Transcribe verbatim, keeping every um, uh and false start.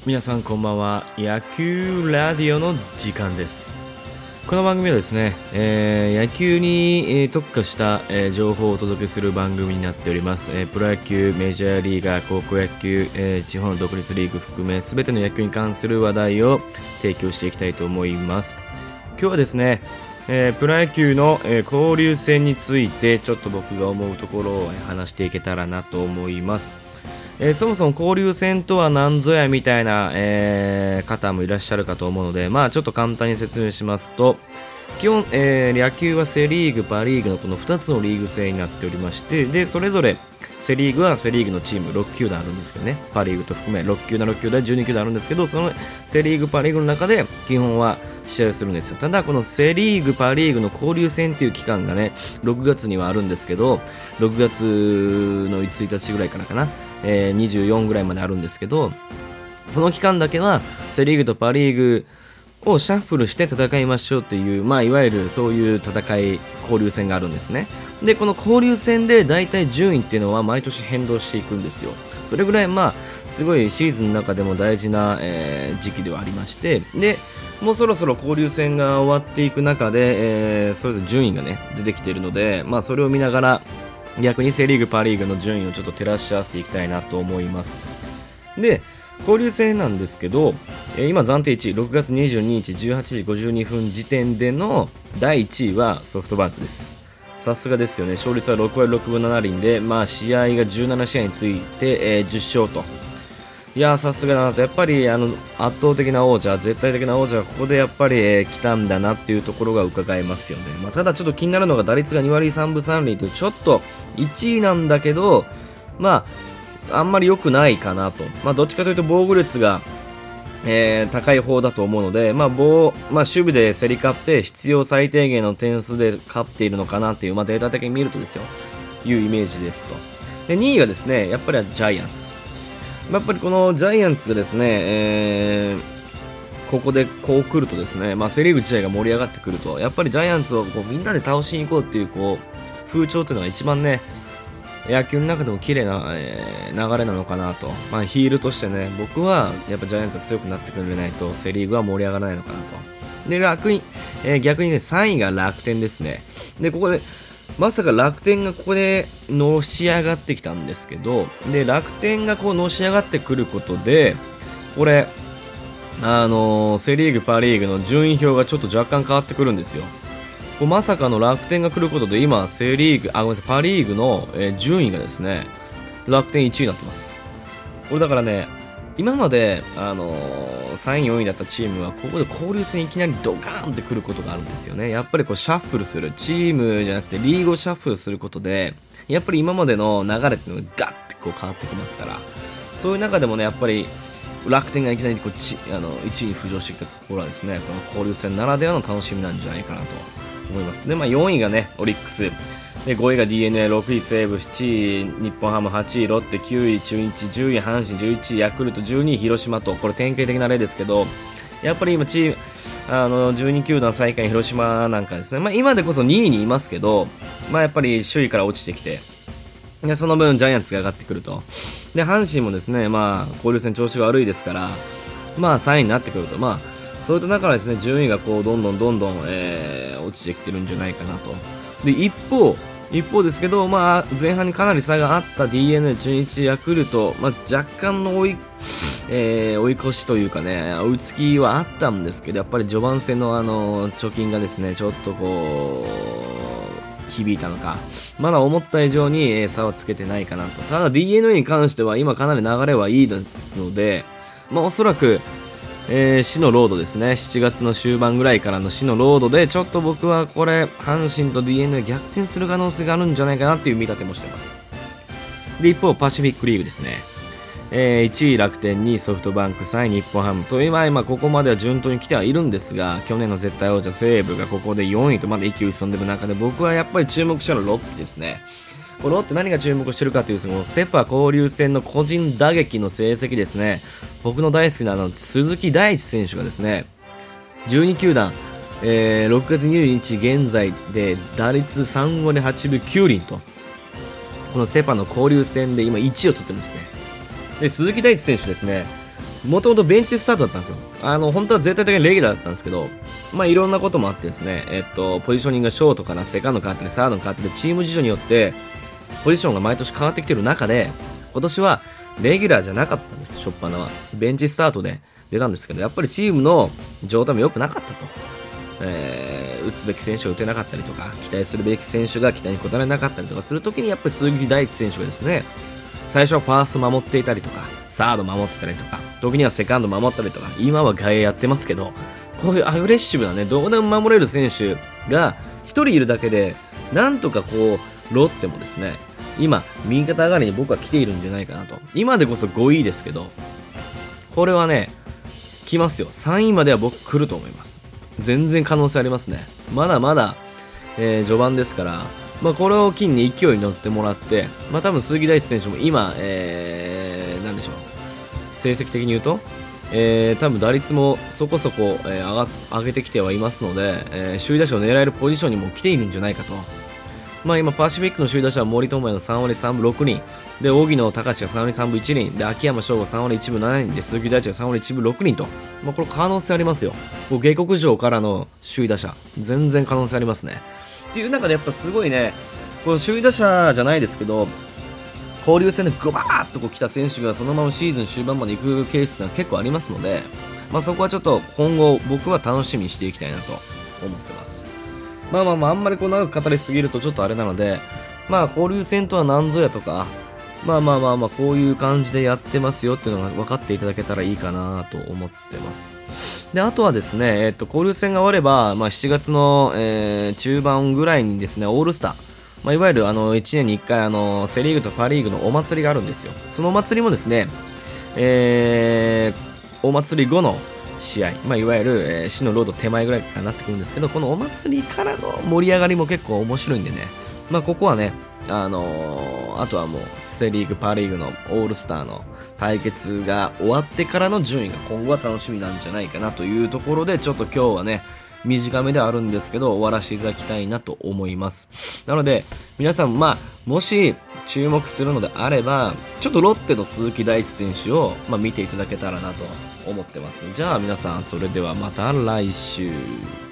皆さんこんばんは。野球ラディオの時間です。この番組はですね、えー、野球に、えー、特化した、えー、情報をお届けする番組になっております。えー、プロ野球、メジャーリーガー、高校野球、えー、地方の独立リーグ含め全ての野球に関する話題を提供していきたいと思います。今日はですね、えー、プロ野球の、えー、交流戦についてちょっと僕が思うところを話していけたらなと思います。えー、そもそも交流戦とは何ぞやみたいな、えー、方もいらっしゃるかと思うので、まあちょっと簡単に説明しますと、基本、えー、野球はセリーグ、パリーグのこのふたつのリーグ制になっておりまして、でそれぞれセリーグはセリーグのチームろく球団あるんですけどね、パリーグと含めろく球団ろく球団じゅうに球団あるんですけど、そのセリーグ、パリーグの中で基本は試合をするんですよ。ただこのセリーグ、パリーグの交流戦っていう期間がね、ろくがつにはあるんですけど、ろくがつのついたちぐらいからかな、えー、にじゅうよんぐらいまであるんですけど、その期間だけはセリーグとパリーグをシャッフルして戦いましょうっていう、まあいわゆるそういう戦い、交流戦があるんですね。でこの交流戦でだいたい順位っていうのは毎年変動していくんですよ。それぐらいまあすごいシーズンの中でも大事な、えー、時期ではありまして、でもうそろそろ交流戦が終わっていく中で、えー、それぞれ順位がね出てきているので、まあそれを見ながら逆にセリーグ、パリーグの順位をちょっと照らし合わせていきたいなと思います。で交流戦なんですけど、えー、今暫定いちいろくがつにじゅうににちじゅうはちじごじゅうにふん時点でのだいいちいはソフトバンクです。さすがですよね。勝率はろくわりろくぶななりんで、まあ試合がじゅうななしあいについて、えー、じゅっしょうと。いやーさすがだなと。やっぱりあの圧倒的な王者、絶対的な王者がここでやっぱり、えー、来たんだなっていうところが伺えますよね。まあ、ただちょっと気になるのが打率がにわりさんぶさんりんというちょっといちいなんだけど、まああんまり良くないかなと。まあどっちかというと防御率がえー、高い方だと思うので、まあ防まあ、守備で競り勝って必要最低限の点数で勝っているのかなっていう、まあ、データ的に見るとですよ、いうイメージですと。でにいがですね、やっぱりジャイアンツ。まあ、やっぱりこのジャイアンツがですね、えー、ここでこう来るとですね、まあ、セリーグ自体が盛り上がってくると、やっぱりジャイアンツをこうみんなで倒しに行こうっていうこう風潮っていうのが一番ね、野球の中でも綺麗な、えー、流れなのかなと。まあ、ヒールとしてね、僕はやっぱジャイアンツが強くなってくれないとセリーグは盛り上がらないのかなと。で、楽に、えー、逆にね、さんいが楽天ですね。で、ここで、まさか楽天がここでのし上がってきたんですけど、で、楽天がこうのし上がってくることで、これ、あのー、セリーグ、パリーグの順位表がちょっと若干変わってくるんですよ。まさかの楽天が来ることで今セリーグあごめんなさいパリーグの、えー、順位がですね楽天いちいになってます。これだからね、今まで、あのー、さんいよんいだったチームはここで交流戦いきなりドカーンって来ることがあるんですよね。やっぱりこうシャッフルするチームじゃなくてリーグをシャッフルすることでやっぱり今までの流れっていうのがガッてこう変わってきますから、そういう中でもねやっぱり楽天がいきなりこうちあのいちいに浮上してきたところはですね、この交流戦ならではの楽しみなんじゃないかなと思います。で、まあ、よんいがねオリックスで、ごいが ディーエヌエー、ろくい西武、しちい日本ハム、はちいロッテ、きゅうい中日、じゅうい阪神、じゅういちいヤクルト、じゅうにい広島と、これ典型的な例ですけど、やっぱり今チームあのじゅうに球団最下位広島なんかですね、まあ、今でこそにいにいますけど、まあ、やっぱり首位から落ちてきて、でその分ジャイアンツが上がってくると。で阪神もですね、まあ、交流戦調子が悪いですから、まあ、さんいになってくると、まあそういった中からですね順位がこうどんどんどんどん、えー、落ちてきてるんじゃないかなと。で一方一方ですけど、まあ、前半にかなり差があった ディーエヌエー、中日、ヤクルト、まあ、若干の追い、えー、追い越しというかね追いつきはあったんですけど、やっぱり序盤戦の、あの貯金がですねちょっとこう響いたのか、まだ思った以上に差はつけてないかなと。ただ ディーエヌエー に関しては今かなり流れはいいですので、まあ、おそらくえー、死のロードですね、しちがつの終盤ぐらいからの死のロードでちょっと僕はこれ阪神と ディーエヌエー 逆転する可能性があるんじゃないかなっていう見立てもしてます。で一方パシフィックリーグですね、えー、いちい楽天、にいソフトバンク、さんい日本ハムと今今ここまでは順当に来てはいるんですが、去年の絶対王者西武がここでよんいとまだ息を潜んでいる中で、僕はやっぱり注目したのはロッテですね。このロッテ何が注目してるかというと、そのセパ交流戦の個人打撃の成績ですね。僕の大好きなあの鈴木大地選手がですねじゅうに球団、えー、ろくがつにじゅうににち現在で打率さんわりはちぶきゅうりんと、このセパの交流戦で今いちいを取ってるんですね。で鈴木大地選手ですね、 もともとベンチスタートだったんですよ。あの、本当は絶対的にレギュラーだったんですけど、まあいろんなこともあってですね、えっと、ポジショニングがショートからセカンド変わったり、サードに変わったり、チーム事情によって、ポジションが毎年変わってきてる中で、今年はレギュラーじゃなかったんです、初っ端は。ベンチスタートで出たんですけど、やっぱりチームの状態も良くなかったと。えー、打つべき選手が打てなかったりとか、期待するべき選手が期待に応えなかったりとかするときに、やっぱり鈴木大地選手がですね、最初はファースト守っていたりとか、サード守ってたりとか、時にはセカンド守ったりとか、今は外野やってますけど、こういうアグレッシブなね、どこでも守れる選手がひとりいるだけで、なんとかこう、ロッテもですね、今、右肩上がりに僕は来ているんじゃないかなと。今でこそごいですけど、これはね、来ますよ。さんいまでは僕来ると思います。全然可能性ありますね。まだまだ、えー、序盤ですから、まあ、これを機に勢いに乗ってもらって、まあ、多分鈴木大地選手も今、えー、なんでしょう、成績的に言うと、えー、多分打率もそこそこ、えー、上が上げてきてはいますので、えー、首位打者を狙えるポジションにも来ているんじゃないかと。まあ今、パシフィックの首位打者は森友哉のさんわりさんぶろくりん、で、荻野隆がさんわりさんぶいちりん、で、秋山翔吾さんわりいちぶななりん、で、鈴木大地がさんわりいちぶろくりんと、まあこれ可能性ありますよ。こう下克上からの首位打者、全然可能性ありますね。っていう中でやっぱすごいね、こう首位打者じゃないですけど、交流戦でグバーッとこう来た選手がそのままシーズン終盤まで行くケースが結構ありますので、まあそこはちょっと今後僕は楽しみにしていきたいなと思ってます。まあまあまああんまりこう長く語りすぎるとちょっとあれなので、まあ交流戦とは何ぞやとか、まあまあまあまあこういう感じでやってますよっていうのが分かっていただけたらいいかなと思ってます。で、あとはですね、えっと交流戦が終われば、まあしちがつの、えー、中盤ぐらいにですね、オールスター、まあ、いわゆるあのいちねんにいっかいあのセリーグとパリーグのお祭りがあるんですよ。そのお祭りもですね、えー、お祭り後の試合、まあ、いわゆる、えー、死のロード手前ぐらいになってくるんですけど、このお祭りからの盛り上がりも結構面白いんでね、まあ、ここはね、あのー、あとはもうセリーグパリーグのオールスターの対決が終わってからの順位が今後は楽しみなんじゃないかなというところで、ちょっと今日はね短めではあるんですけど終わらせていただきたいなと思います。なので皆さん、まあもし注目するのであればちょっとロッテの鈴木大地選手を、まあ、見ていただけたらなと思ってます。じゃあ皆さん、それではまた来週。